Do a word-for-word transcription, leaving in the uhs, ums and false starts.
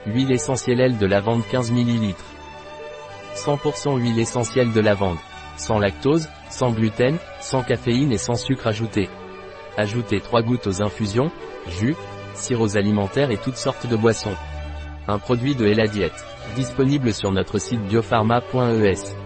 Huile essentielle de lavande quinze millilitres. cent pour cent huile essentielle de lavande. Sans lactose, sans gluten, sans caféine et sans sucre ajouté. Ajoutez trois gouttes aux infusions, jus, sirops alimentaires et toutes sortes de boissons. Un produit de Eladiet. Disponible sur notre site biopharma point e s.